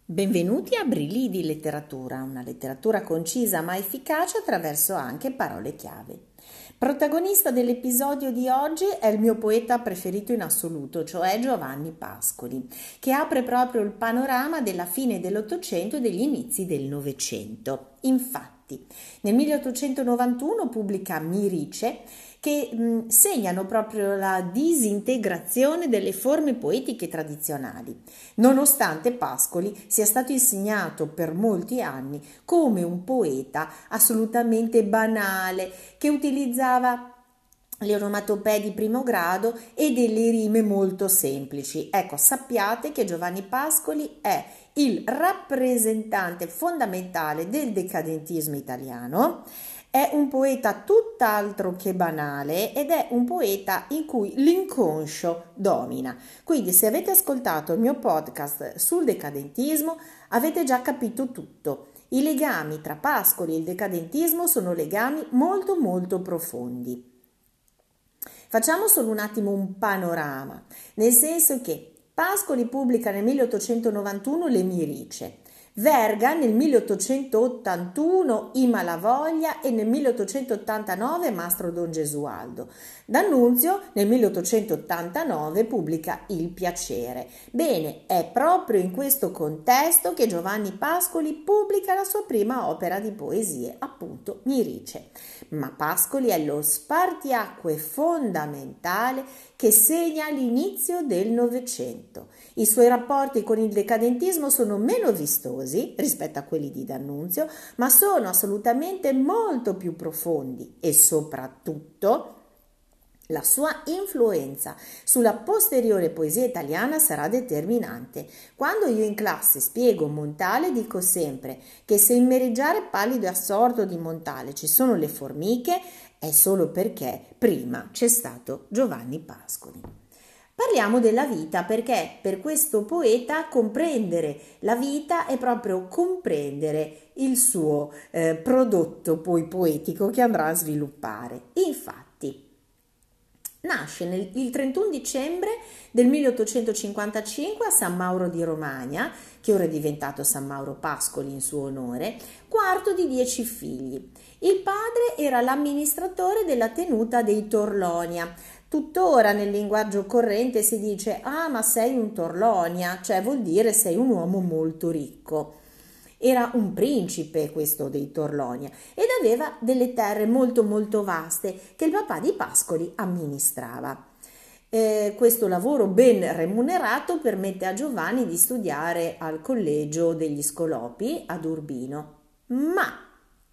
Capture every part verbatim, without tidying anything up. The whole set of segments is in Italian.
Benvenuti a Brili di letteratura, una letteratura concisa ma efficace attraverso anche parole chiave. Protagonista dell'episodio di oggi è il mio poeta preferito in assoluto, cioè Giovanni Pascoli, che apre proprio il panorama della fine dell'Ottocento e degli inizi del Novecento. Infatti, nel milleottocentonovantuno pubblica Mirice, che mh, segnano proprio la disintegrazione delle forme poetiche tradizionali, nonostante Pascoli sia stato insegnato per molti anni come un poeta assolutamente banale, che utilizzava le onomatopee di primo grado e delle rime molto semplici. Ecco, sappiate che Giovanni Pascoli è il rappresentante fondamentale del decadentismo italiano. È un poeta tutt'altro che banale ed è un poeta in cui l'inconscio domina. Quindi se avete ascoltato il mio podcast sul decadentismo avete già capito tutto. I legami tra Pascoli e il decadentismo sono legami molto molto profondi. Facciamo solo un attimo un panorama, nel senso che Pascoli pubblica nel milleottocentonovantuno le Mirice, Verga nel milleottocentottantuno I Malavoglia e nel milleottocentottantanove Mastro Don Gesualdo. D'Annunzio nel milleottocentottantanove pubblica Il Piacere. Bene, è proprio in questo contesto che Giovanni Pascoli pubblica la sua prima opera di poesie, appunto Mirice. Ma Pascoli è lo spartiacque fondamentale che segna l'inizio del Novecento. I suoi rapporti con il decadentismo sono meno vistosi rispetto a quelli di D'Annunzio, ma sono assolutamente molto più profondi e soprattutto la sua influenza sulla posteriore poesia italiana sarà determinante. Quando io in classe spiego Montale dico sempre che se in Merigiare pallido e assorto di Montale ci sono le formiche è solo perché prima c'è stato Giovanni Pascoli. Parliamo della vita perché per questo poeta comprendere la vita è proprio comprendere il suo eh, prodotto poi poetico che andrà a sviluppare. Infatti, nasce nel, il trentuno dicembre del milleottocentocinquantacinque a San Mauro di Romagna, che ora è diventato San Mauro Pascoli in suo onore, quarto di dieci figli. Il padre era l'amministratore della tenuta dei Torlonia. Tuttora nel linguaggio corrente si dice ah ma sei un Torlonia, cioè vuol dire sei un uomo molto ricco. Era un principe questo dei Torlonia ed aveva delle terre molto molto vaste che il papà di Pascoli amministrava. Eh, questo lavoro ben remunerato permette a Giovanni di studiare al collegio degli Scolopi ad Urbino, ma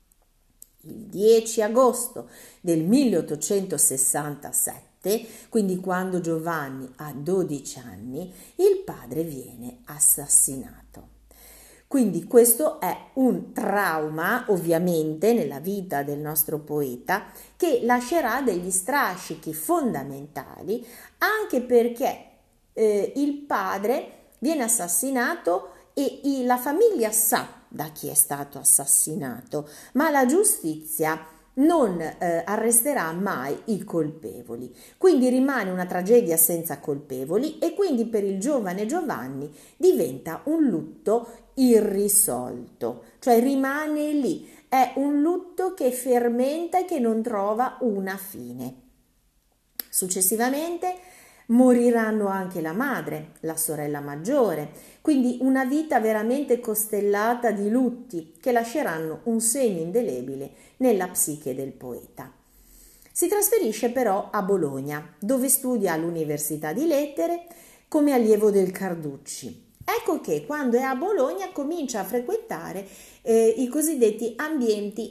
il dieci agosto del milleottocentosessantasette, quindi quando Giovanni ha dodici anni, il padre viene assassinato. Quindi questo è un trauma, ovviamente, nella vita del nostro poeta, che lascerà degli strascichi fondamentali, anche perché eh, il padre viene assassinato e la famiglia sa da chi è stato assassinato, ma la giustizia non eh, arresterà mai i colpevoli. Quindi rimane una tragedia senza colpevoli e quindi per il giovane Giovanni diventa un lutto irrisolto, cioè rimane lì, è un lutto che fermenta e che non trova una fine. Successivamente moriranno anche la madre, la sorella maggiore, quindi una vita veramente costellata di lutti che lasceranno un segno indelebile nella psiche del poeta. Si trasferisce però a Bologna, dove studia all'Università di Lettere come allievo del Carducci. Ecco che quando è a Bologna comincia a frequentare eh, i cosiddetti ambienti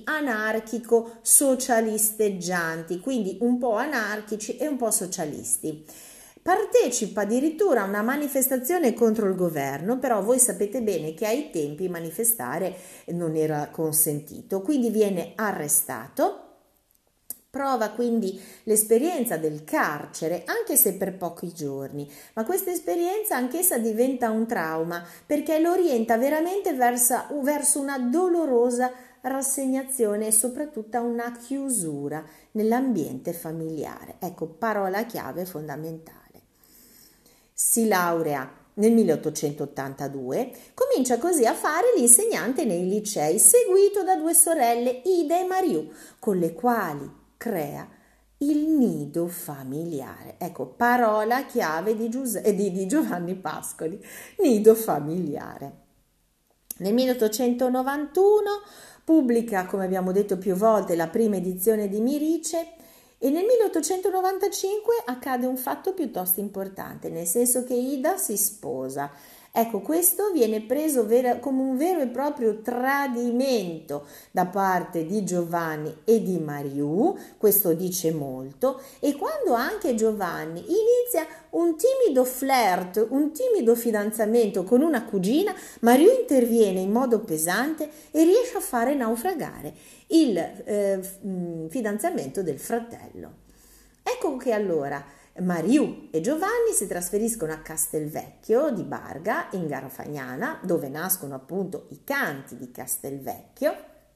anarchico-socialisteggianti, quindi un po' anarchici e un po' socialisti. Partecipa addirittura a una manifestazione contro il governo, però voi sapete bene che ai tempi manifestare non era consentito, quindi viene arrestato. Prova quindi l'esperienza del carcere, anche se per pochi giorni, ma questa esperienza anch'essa diventa un trauma perché lo orienta veramente verso, verso una dolorosa rassegnazione e soprattutto una chiusura nell'ambiente familiare. Ecco, parola chiave fondamentale. Si laurea nel milleottocentottantadue, comincia così a fare l'insegnante nei licei, seguito da due sorelle, Ida e Mariù, con le quali crea il nido familiare. Ecco, parola chiave di, Giuse- di, di Giovanni Pascoli, nido familiare. Nel milleottocentonovantuno pubblica, come abbiamo detto più volte, la prima edizione di Mirice, e nel milleottocentonovantacinque accade un fatto piuttosto importante, nel senso che Ida si sposa. Ecco, questo viene preso vera, come un vero e proprio tradimento da parte di Giovanni e di Mariù, questo dice molto, e quando anche Giovanni inizia un timido flirt, un timido fidanzamento con una cugina, Mariù interviene in modo pesante e riesce a fare naufragare il eh, fidanzamento del fratello. Ecco che allora Mariù e Giovanni si trasferiscono a Castelvecchio di Barga, in Garfagnana, dove nascono appunto i canti di Castelvecchio.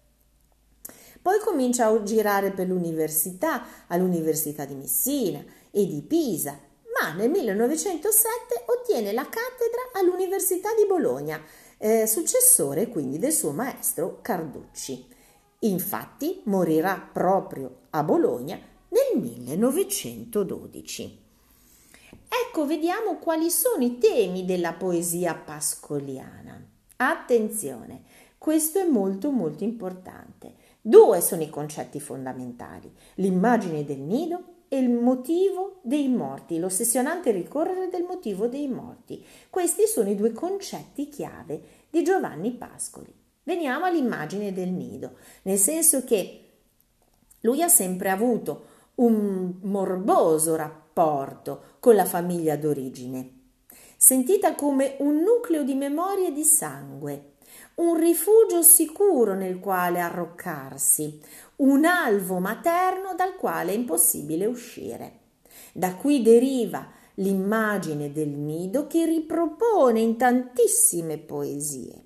Poi comincia a girare per l'università, all'Università di Messina e di Pisa, ma nel millenovecentosette ottiene la cattedra all'Università di Bologna, eh, successore quindi del suo maestro Carducci. Infatti morirà proprio a Bologna nel millenovecentododici. Ecco, vediamo quali sono i temi della poesia pascoliana. Attenzione, questo è molto molto importante. Due sono i concetti fondamentali: l'immagine del nido e il motivo dei morti, l'ossessionante ricorrere del motivo dei morti. Questi sono i due concetti chiave di Giovanni Pascoli. Veniamo all'immagine del nido, nel senso che lui ha sempre avuto un morboso rapporto con la famiglia d'origine, sentita come un nucleo di memoria e di sangue, un rifugio sicuro nel quale arroccarsi, un alvo materno dal quale è impossibile uscire. Da qui deriva l'immagine del nido che ripropone in tantissime poesie.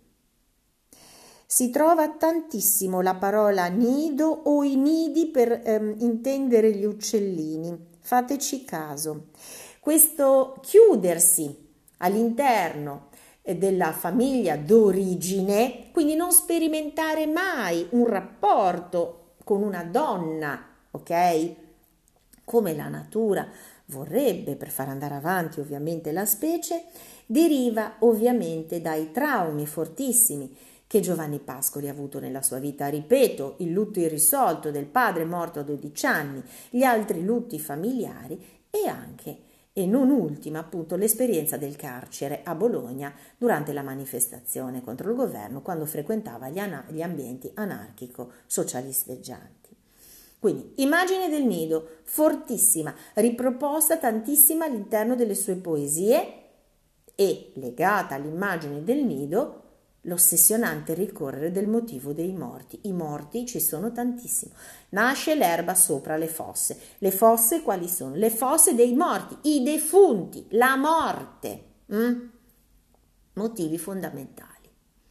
Si trova tantissimo la parola nido o i nidi per ehm, intendere gli uccellini. Fateci caso. Questo chiudersi all'interno della famiglia d'origine, quindi non sperimentare mai un rapporto con una donna, ok? Come la natura vorrebbe per far andare avanti ovviamente la specie, deriva ovviamente dai traumi fortissimi che Giovanni Pascoli ha avuto nella sua vita. Ripeto, il lutto irrisolto del padre morto a dodici anni, gli altri lutti familiari e anche, e non ultima, appunto, l'esperienza del carcere a Bologna durante la manifestazione contro il governo, quando frequentava gli, ana- gli ambienti anarchico-socialisteggianti. Quindi, immagine del nido, fortissima, riproposta tantissima all'interno delle sue poesie, e legata all'immagine del nido l'ossessionante ricorrere del motivo dei morti. I morti ci sono tantissimo. Nasce l'erba sopra le fosse. Le fosse quali sono? Le fosse dei morti, i defunti, la morte. Mm? Motivi fondamentali.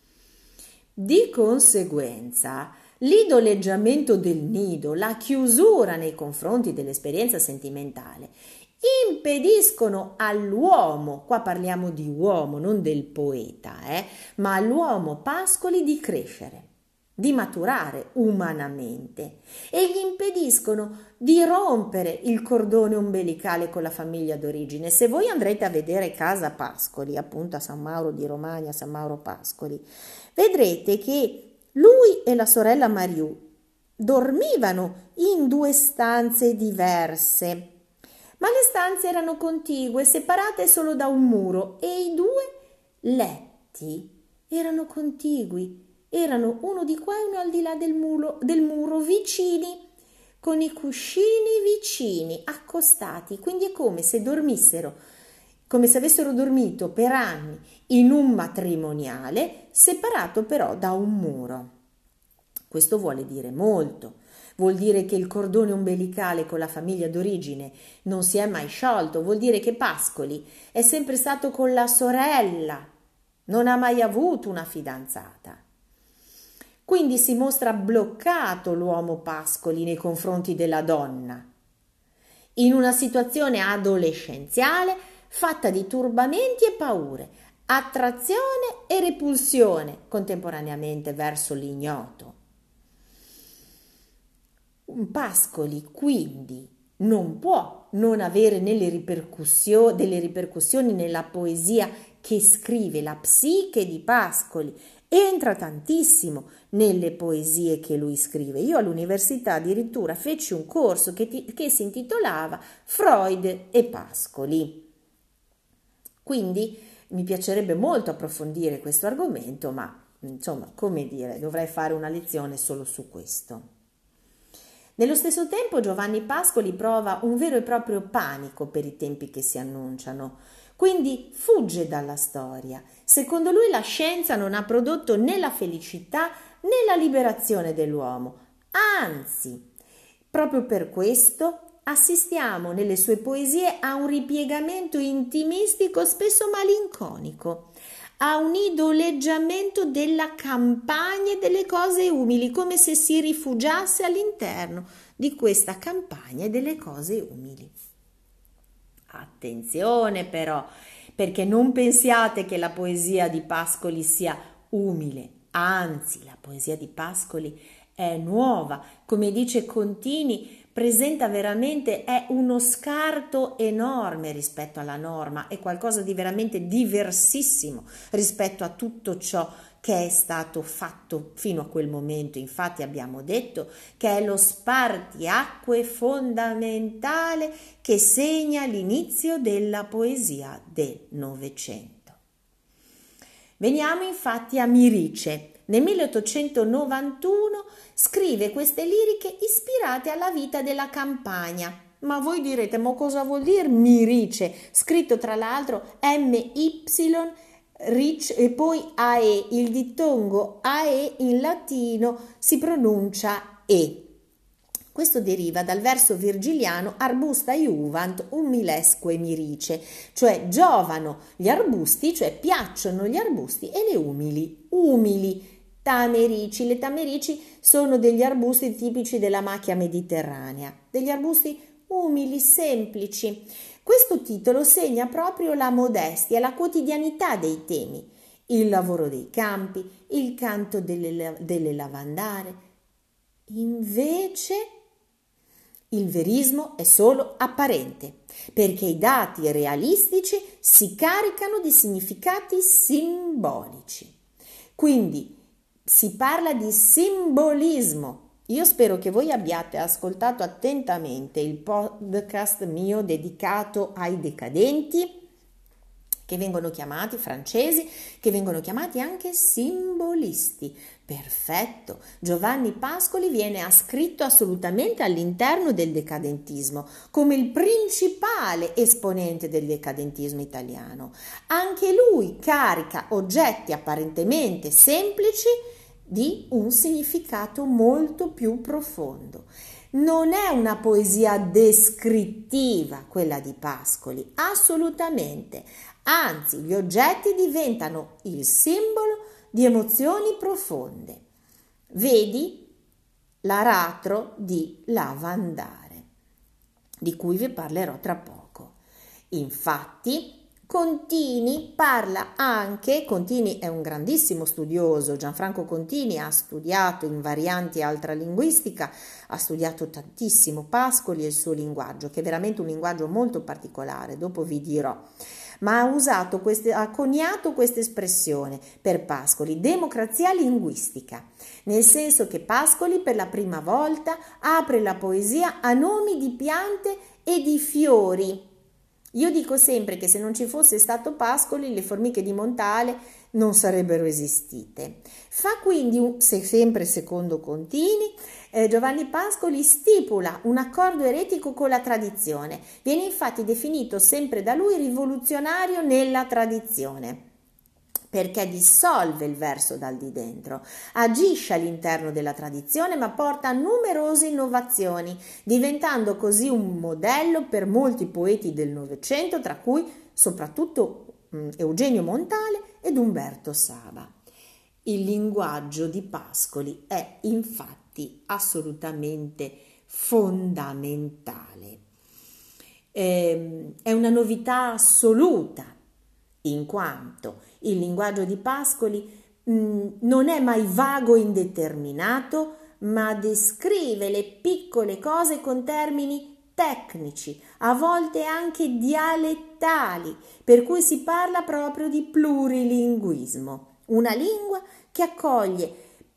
Di conseguenza, l'idoleggiamento del nido, la chiusura nei confronti dell'esperienza sentimentale, impediscono all'uomo, qua parliamo di uomo, non del poeta, eh, ma all'uomo Pascoli di crescere, di maturare umanamente, e gli impediscono di rompere il cordone ombelicale con la famiglia d'origine. Se voi andrete a vedere Casa Pascoli, appunto a San Mauro di Romagna, San Mauro Pascoli, vedrete che lui e la sorella Mariù dormivano in due stanze diverse, ma le stanze erano contigue, separate solo da un muro, e i due letti erano contigui, erano uno di qua e uno al di là del muro, del muro, vicini, con i cuscini vicini, accostati. Quindi è come se dormissero, come se avessero dormito per anni in un matrimoniale, separato però da un muro. Questo vuole dire molto. Vuol dire che il cordone ombelicale con la famiglia d'origine non si è mai sciolto, vuol dire che Pascoli è sempre stato con la sorella, non ha mai avuto una fidanzata. Quindi si mostra bloccato l'uomo Pascoli nei confronti della donna. In una situazione adolescenziale fatta di turbamenti e paure, attrazione e repulsione contemporaneamente verso l'ignoto. Pascoli quindi non può non avere nelle ripercussioni, delle ripercussioni nella poesia che scrive. La psiche di Pascoli entra tantissimo nelle poesie che lui scrive. Io all'università addirittura feci un corso che, ti, che si intitolava Freud e Pascoli. Quindi mi piacerebbe molto approfondire questo argomento, ma insomma, come dire, dovrei fare una lezione solo su questo. Nello stesso tempo Giovanni Pascoli prova un vero e proprio panico per i tempi che si annunciano, quindi fugge dalla storia. Secondo lui la scienza non ha prodotto né la felicità né la liberazione dell'uomo, anzi, proprio per questo assistiamo nelle sue poesie a un ripiegamento intimistico spesso malinconico, a un idoleggiamento della campagna e delle cose umili, come se si rifugiasse all'interno di questa campagna e delle cose umili. Attenzione però, perché non pensiate che la poesia di Pascoli sia umile, anzi la poesia di Pascoli è nuova, come dice Contini, presenta veramente, è uno scarto enorme rispetto alla norma, è qualcosa di veramente diversissimo rispetto a tutto ciò che è stato fatto fino a quel momento. Infatti abbiamo detto che è lo spartiacque fondamentale che segna l'inizio della poesia del Novecento. Veniamo infatti a Mirice. Nel milleottocentonovantuno scrive queste liriche ispirate alla vita della campagna. Ma voi direte, ma cosa vuol dire Mirice? Scritto tra l'altro M Y Rich e poi A E. Il dittongo A E in latino si pronuncia E. Questo deriva dal verso virgiliano arbusta iuvant umilesque mirice, cioè giovano gli arbusti, cioè piacciono gli arbusti e le umili, umili. Tamerici. Le tamerici sono degli arbusti tipici della macchia mediterranea, degli arbusti umili, semplici. Questo titolo segna proprio la modestia, la quotidianità dei temi, il lavoro dei campi, il canto delle, delle lavandare. Invece il verismo è solo apparente, perché i dati realistici si caricano di significati simbolici. Quindi si parla di simbolismo. Io spero che voi abbiate ascoltato attentamente il podcast mio dedicato ai decadenti, che vengono chiamati francesi, che vengono chiamati anche simbolisti. Perfetto, Giovanni Pascoli viene ascritto assolutamente all'interno del decadentismo, come il principale esponente del decadentismo italiano. Anche lui carica oggetti apparentemente semplici di un significato molto più profondo. Non è una poesia descrittiva quella di Pascoli, assolutamente. Anzi, gli oggetti diventano il simbolo di emozioni profonde. Vedi l'aratro di Lavandare, di cui vi parlerò tra poco. Infatti, Contini parla anche, Contini è un grandissimo studioso, Gianfranco Contini ha studiato in varianti altra linguistica, ha studiato tantissimo Pascoli e il suo linguaggio, che è veramente un linguaggio molto particolare, dopo vi dirò. Ma ha usato queste, ha coniato questa espressione per Pascoli, democrazia linguistica, nel senso che Pascoli per la prima volta apre la poesia a nomi di piante e di fiori. Io dico sempre che se non ci fosse stato Pascoli, le formiche di Montale non sarebbero esistite. Fa quindi, se sempre secondo Contini, eh, Giovanni Pascoli stipula un accordo eretico con la tradizione. Viene infatti definito sempre da lui rivoluzionario nella tradizione, perché dissolve il verso dal di dentro, agisce all'interno della tradizione ma porta a numerose innovazioni, diventando così un modello per molti poeti del Novecento, tra cui soprattutto mh, Eugenio Montale ed Umberto Saba. Il linguaggio di Pascoli è infatti assolutamente fondamentale. eh, è una novità assoluta, in quanto il linguaggio di Pascoli mh, non è mai vago e indeterminato, ma descrive le piccole cose con termini tecnici, a volte anche dialettali, per cui si parla proprio di plurilinguismo, una lingua che accoglie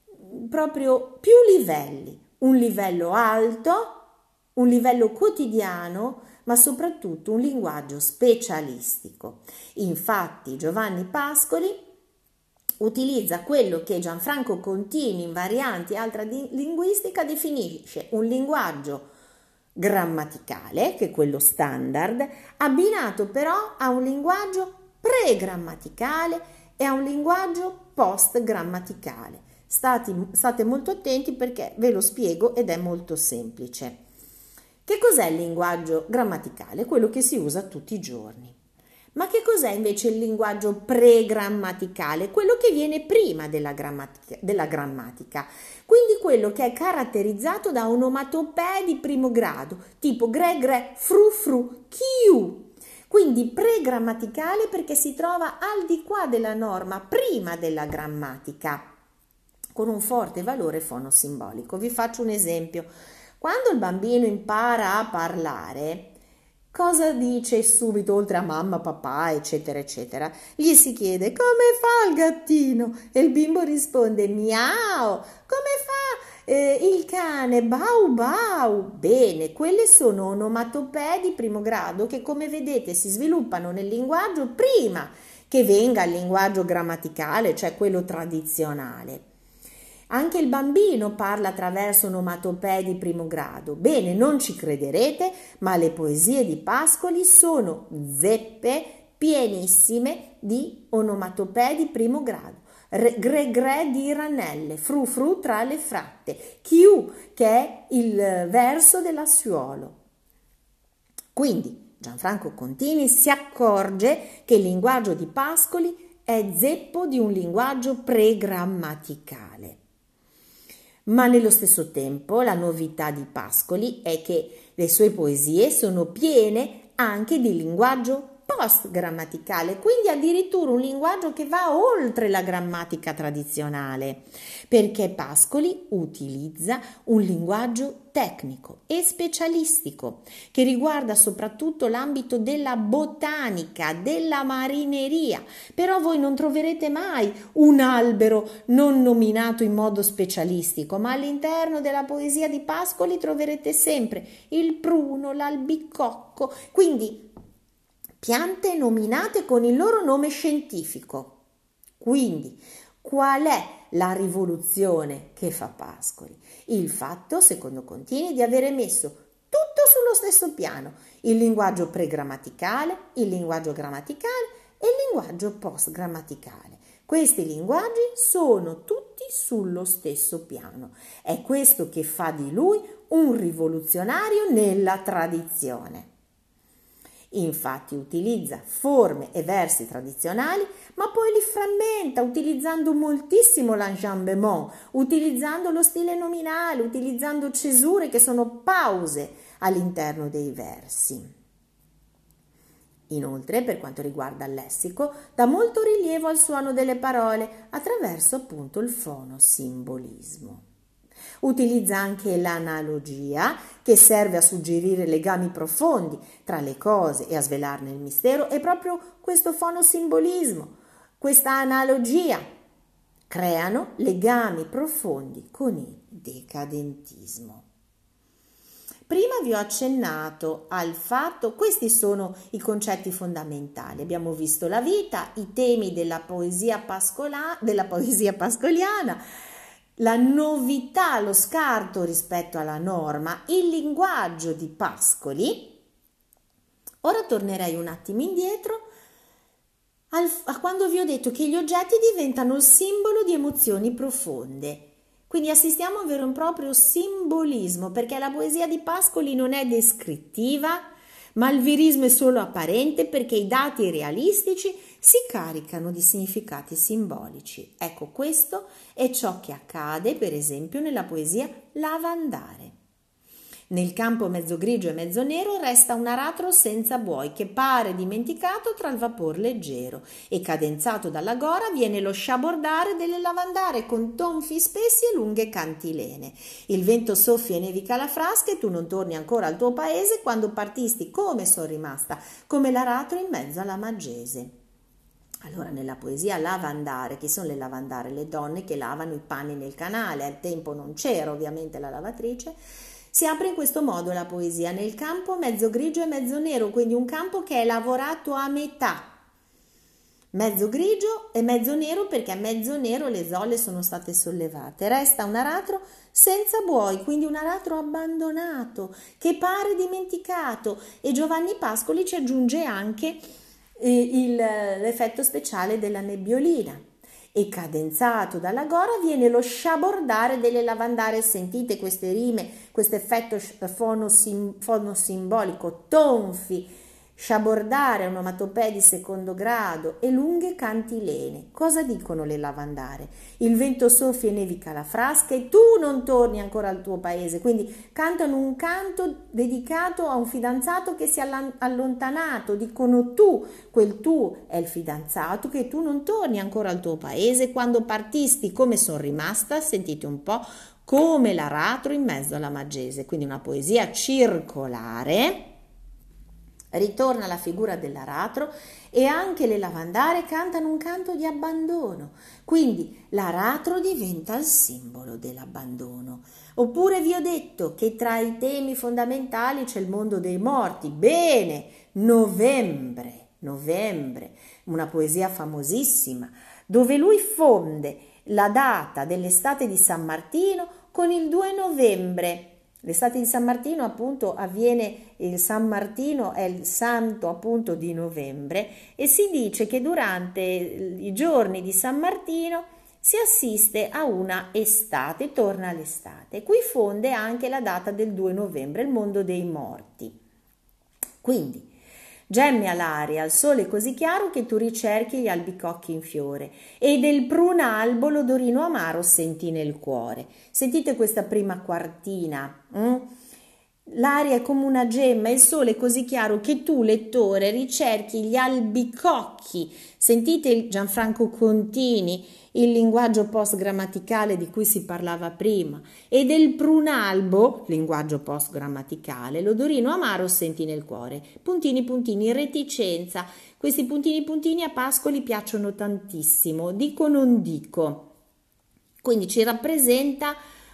proprio più livelli, un livello alto, un livello quotidiano, ma soprattutto un linguaggio specialistico. Infatti Giovanni Pascoli utilizza quello che Gianfranco Contini in varianti altra linguistica definisce un linguaggio grammaticale, che è quello standard, abbinato però a un linguaggio pre-grammaticale e a un linguaggio post-grammaticale. State, state molto attenti perché ve lo spiego ed è molto semplice. Che cos'è il linguaggio grammaticale? Quello che si usa tutti i giorni. Ma che cos'è invece il linguaggio pre-grammaticale? Quello che viene prima della grammatica, della grammatica. Quindi quello che è caratterizzato da onomatopee di primo grado, tipo gre gre, fru fru, chiu. Quindi pre-grammaticale perché si trova al di qua della norma, prima della grammatica, con un forte valore fonosimbolico. Vi faccio un esempio. Quando il bambino impara a parlare, cosa dice subito oltre a mamma, papà, eccetera, eccetera? Gli si chiede come fa il gattino e il bimbo risponde miau. Come fa eh, il cane? Bau bau. Bene, quelle sono onomatopee di primo grado che, come vedete, si sviluppano nel linguaggio prima che venga il linguaggio grammaticale, cioè quello tradizionale. Anche il bambino parla attraverso onomatopee di primo grado. Bene, non ci crederete, ma le poesie di Pascoli sono zeppe pienissime di onomatopee di primo grado. Gre gre di ranelle, fru fru tra le fratte, chiù che è il verso dell'assuolo. Quindi Gianfranco Contini si accorge che il linguaggio di Pascoli è zeppo di un linguaggio pregrammaticale. Ma nello stesso tempo la novità di Pascoli è che le sue poesie sono piene anche di linguaggio post-grammaticale, quindi addirittura un linguaggio che va oltre la grammatica tradizionale, perché Pascoli utilizza un linguaggio tecnico e specialistico che riguarda soprattutto l'ambito della botanica, della marineria. Però voi non troverete mai un albero non nominato in modo specialistico, ma all'interno della poesia di Pascoli troverete sempre il pruno, l'albicocco, quindi piante nominate con il loro nome scientifico. Quindi, qual è la rivoluzione che fa Pascoli? Il fatto, secondo Contini, di avere messo tutto sullo stesso piano, il linguaggio pregrammaticale, il linguaggio grammaticale e il linguaggio postgrammaticale. Questi linguaggi sono tutti sullo stesso piano. È questo che fa di lui un rivoluzionario nella tradizione. Infatti utilizza forme e versi tradizionali, ma poi li frammenta utilizzando moltissimo l'enjambement, utilizzando lo stile nominale, utilizzando cesure che sono pause all'interno dei versi. Inoltre, per quanto riguarda il lessico, dà molto rilievo al suono delle parole attraverso appunto il fonosimbolismo. Utilizza anche l'analogia, che serve a suggerire legami profondi tra le cose e a svelarne il mistero, e proprio questo fonosimbolismo, questa analogia, creano legami profondi con il decadentismo. Prima vi ho accennato al fatto, questi sono i concetti fondamentali. Abbiamo visto la vita, i temi della poesia, pascola, della poesia pascoliana, la novità, lo scarto rispetto alla norma, il linguaggio di Pascoli. Ora tornerei un attimo indietro al, a quando vi ho detto che gli oggetti diventano il simbolo di emozioni profonde. Quindi assistiamo a un vero e proprio simbolismo, perché la poesia di Pascoli non è descrittiva, ma il verismo è solo apparente, perché i dati realistici si caricano di significati simbolici. Ecco, questo è ciò che accade, per esempio, nella poesia Lavandare. Nel campo mezzo grigio e mezzo nero resta un aratro senza buoi che pare dimenticato tra il vapor leggero e cadenzato dalla gora viene lo sciabordare delle lavandare con tonfi spessi e lunghe cantilene. Il vento soffia e nevica la frasca e tu non torni ancora al tuo paese quando partisti come son rimasta, come l'aratro in mezzo alla Maggese. Allora nella poesia lavandare, chi sono le lavandare? Le donne che lavano i panni nel canale, al tempo non c'era ovviamente la lavatrice. Si apre in questo modo la poesia, nel campo mezzo grigio e mezzo nero, quindi un campo che è lavorato a metà, mezzo grigio e mezzo nero perché a mezzo nero le zolle sono state sollevate. Resta un aratro senza buoi, quindi un aratro abbandonato, che pare dimenticato, e Giovanni Pascoli ci aggiunge anche eh, il, l'effetto speciale della nebbiolina. E cadenzato dalla gora viene lo sciabordare delle lavandare. Sentite queste rime, questo effetto fonosim, fonosimbolico, tonfi, sciabordare, onomatopee di secondo grado e lunghe cantilene. Cosa dicono le lavandare? Il vento soffia e nevica la frasca e tu non torni ancora al tuo paese, quindi cantano un canto dedicato a un fidanzato che si è allontanato, dicono tu, quel tu è il fidanzato, che tu non torni ancora al tuo paese quando partisti come son rimasta, sentite un po', come l'aratro in mezzo alla Maggese, quindi una poesia circolare. Ritorna la figura dell'aratro e anche le lavandare cantano un canto di abbandono, quindi l'aratro diventa il simbolo dell'abbandono. Oppure vi ho detto che tra i temi fondamentali c'è il mondo dei morti. Bene, novembre, novembre, una poesia famosissima, dove lui fonde la data dell'estate di San Martino con il due novembre. L'estate di San Martino appunto avviene, il San Martino è il santo appunto di novembre e si dice che durante i giorni di San Martino si assiste a una estate, torna l'estate. Qui fonde anche la data del due novembre, il mondo dei morti. Quindi gemme all'aria, al sole così chiaro che tu ricerchi gli albicocchi in fiore e del prunalbo l'odorino amaro senti nel cuore. Sentite questa prima quartina, hm? L'aria è come una gemma, il sole è così chiaro che tu, lettore, ricerchi gli albicocchi. Sentite Gianfranco Contini, il linguaggio post-grammaticale di cui si parlava prima, e del prunalbo, linguaggio post-grammaticale, l'odorino amaro senti nel cuore. Puntini, puntini, reticenza. Questi puntini, puntini a Pascoli piacciono tantissimo, dico non dico. Quindi ci rappresenta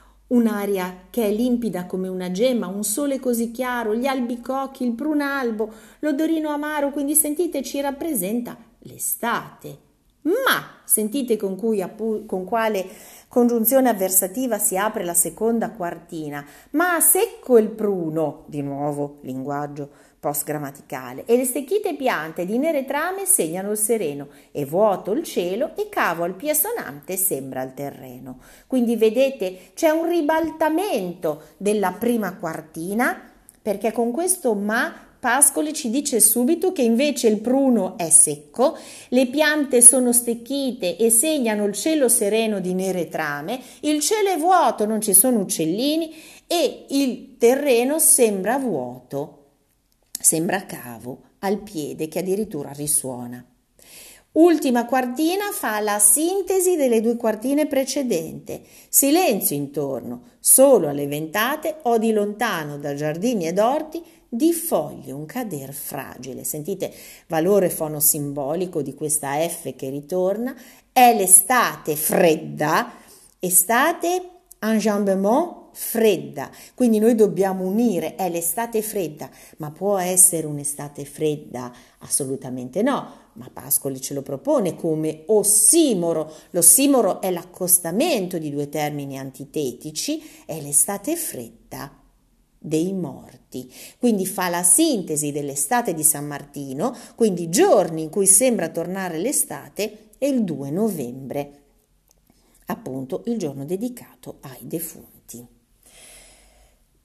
un'aria che è limpida come una gemma, un sole così chiaro, gli albicocchi, il prunalbo, l'odorino amaro, quindi sentite ci rappresenta l'estate. Ma sentite con, cui, con quale congiunzione avversativa si apre la seconda quartina. Ma secco il pruno, di nuovo linguaggio post-grammaticale, e le stecchite piante di nere trame segnano il sereno, e vuoto il cielo e cavo al pie sonante sembra il terreno. Quindi vedete c'è un ribaltamento della prima quartina, perché con questo ma Pascoli ci dice subito che invece il pruno è secco, le piante sono stecchite e segnano il cielo sereno di nere trame, il cielo è vuoto, non ci sono uccellini e il terreno sembra vuoto, sembra cavo al piede che addirittura risuona. Ultima quartina fa la sintesi delle due quartine precedenti. Silenzio intorno, solo alle ventate o di lontano da giardini ed orti di foglie un cader fragile. Sentite valore fonosimbolico di questa F che ritorna. È l'estate fredda, estate enjambement fredda, quindi noi dobbiamo unire, è l'estate fredda, ma può essere un'estate fredda? Assolutamente no, ma Pascoli ce lo propone come ossimoro. L'ossimoro è l'accostamento di due termini antitetici, è l'estate fredda dei morti, quindi fa la sintesi dell'estate di San Martino, quindi giorni in cui sembra tornare l'estate, e il due novembre, appunto il giorno dedicato ai defunti.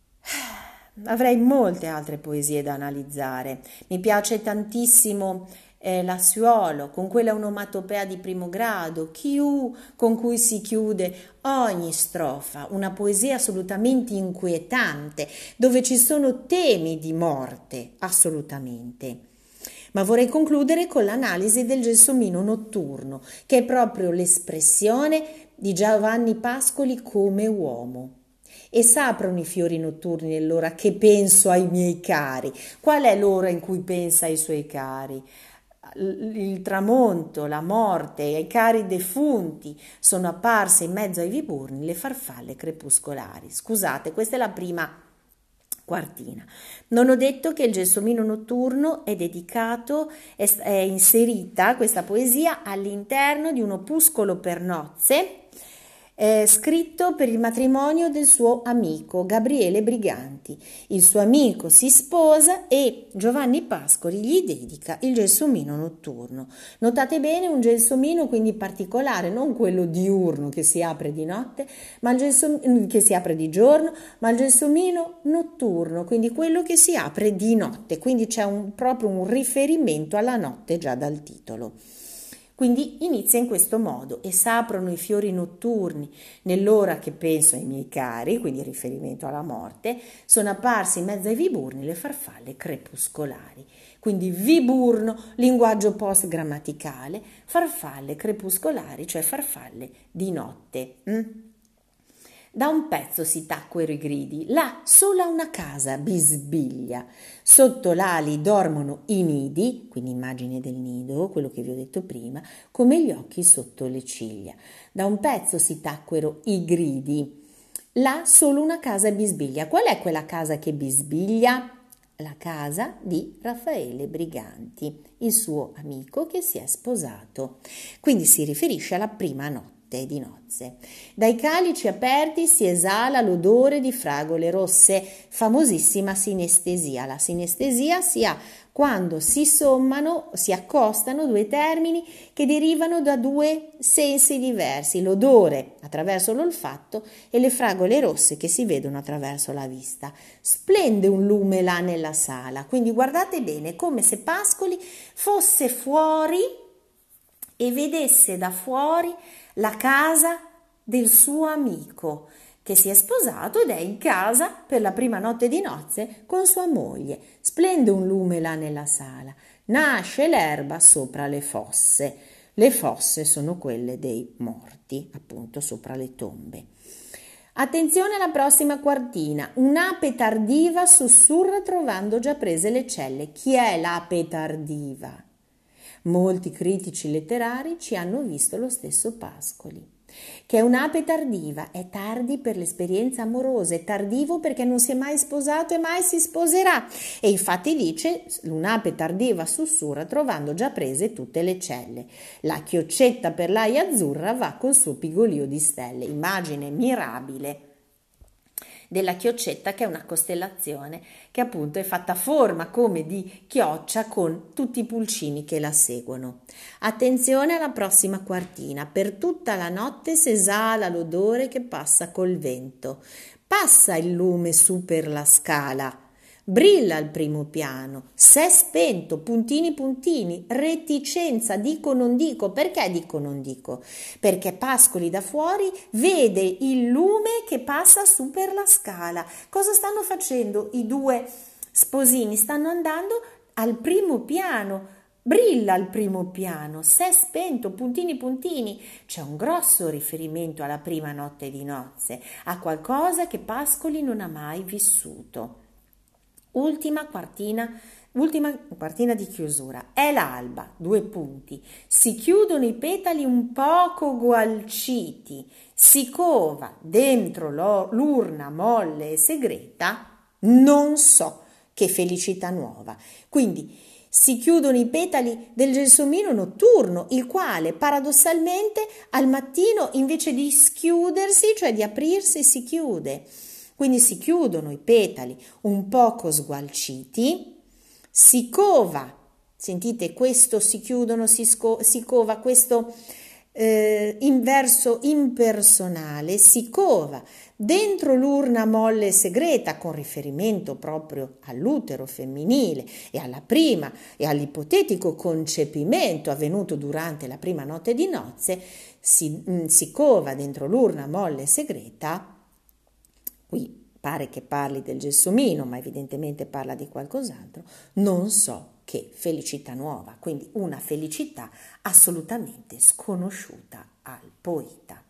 Avrei molte altre poesie da analizzare. Mi piace tantissimo eh, Lassuolo, con quella onomatopea di primo grado, chiù, con cui si chiude ogni strofa, una poesia assolutamente inquietante, dove ci sono temi di morte, assolutamente. Ma vorrei concludere con l'analisi del Gelsomino notturno, che è proprio l'espressione di Giovanni Pascoli come uomo. E s'aprono i fiori notturni nell'ora che penso ai miei cari. Qual è l'ora in cui pensa ai suoi cari? Il tramonto, la morte, i cari defunti sono apparse in mezzo ai viburni le farfalle crepuscolari. Scusate, questa è la prima quartina. Non ho detto che il Gelsomino notturno è dedicato, è, è inserita questa poesia all'interno di un opuscolo per nozze eh, scritto per il matrimonio del suo amico Gabriele Briganti. Il suo amico si sposa e Giovanni Pascoli gli dedica il Gelsomino notturno. Notate bene, un gelsomino quindi particolare, non quello diurno che si apre di notte, ma il gelsomino che si apre di giorno, ma il gelsomino notturno, quindi quello che si apre di notte, quindi c'è un, proprio un riferimento alla notte già dal titolo. Quindi inizia in questo modo: e s'aprono i fiori notturni nell'ora che penso ai miei cari, quindi riferimento alla morte, sono apparsi in mezzo ai viburni le farfalle crepuscolari. Quindi viburno, linguaggio post grammaticale, farfalle crepuscolari, cioè farfalle di notte. Mm? Da un pezzo si tacquero i gridi, là sola una casa bisbiglia, sotto l'ali dormono i nidi, quindi immagine del nido, quello che vi ho detto prima, come gli occhi sotto le ciglia. Da un pezzo si tacquero i gridi, là solo una casa bisbiglia. Qual è quella casa che bisbiglia? La casa di Raffaele Briganti, il suo amico che si è sposato. Quindi si riferisce alla prima notte di nozze. Dai calici aperti si esala l'odore di fragole rosse, famosissima sinestesia. La sinestesia si ha quando si sommano, si accostano due termini che derivano da due sensi diversi, l'odore attraverso l'olfatto e le fragole rosse che si vedono attraverso la vista. Splende un lume là nella sala, quindi guardate bene, come se Pascoli fosse fuori e vedesse da fuori la casa del suo amico che si è sposato ed è in casa per la prima notte di nozze con sua moglie. Splende un lume là nella sala, nasce l'erba sopra le fosse. Le fosse sono quelle dei morti, appunto sopra le tombe. Attenzione alla prossima quartina. Un'ape tardiva sussurra trovando già prese le celle. Chi è l'ape tardiva? Molti critici letterari ci hanno visto lo stesso Pascoli, che è un'ape tardiva, è tardi per l'esperienza amorosa, è tardivo perché non si è mai sposato e mai si sposerà. E infatti dice, un'ape tardiva sussurra trovando già prese tutte le celle. La chioccetta per l'aia azzurra va col suo pigolio di stelle. Immagine mirabile della chioccetta, che è una costellazione che appunto è fatta a forma come di chioccia con tutti i pulcini che la seguono. Attenzione alla prossima quartina. Per tutta la notte s'esala l'odore che passa col vento. Passa il lume su per la scala. Brilla al primo piano, s'è spento, puntini puntini, reticenza, dico non dico. Perché dico non dico? Perché Pascoli da fuori vede il lume che passa su per la scala. Cosa stanno facendo i due sposini? Stanno andando al primo piano. Brilla al primo piano, s'è spento, puntini puntini. C'è un grosso riferimento alla prima notte di nozze, a qualcosa che Pascoli non ha mai vissuto. Ultima quartina, ultima quartina di chiusura. È l'alba, due punti. Si chiudono i petali un poco gualciti. Si cova dentro l'urna molle e segreta. Non so che felicità nuova. Quindi si chiudono i petali del gelsomino notturno, il quale paradossalmente al mattino invece di schiudersi, cioè di aprirsi, si chiude. Quindi si chiudono i petali un poco sgualciti, si cova, sentite questo si chiudono, si, sco- si cova, questo eh, in verso impersonale si cova dentro l'urna molle segreta, con riferimento proprio all'utero femminile e alla prima e all'ipotetico concepimento avvenuto durante la prima notte di nozze, si, mh, si cova dentro l'urna molle segreta. Qui pare che parli del gelsomino, ma evidentemente parla di qualcos'altro. Non so che felicità nuova, quindi una felicità assolutamente sconosciuta al poeta.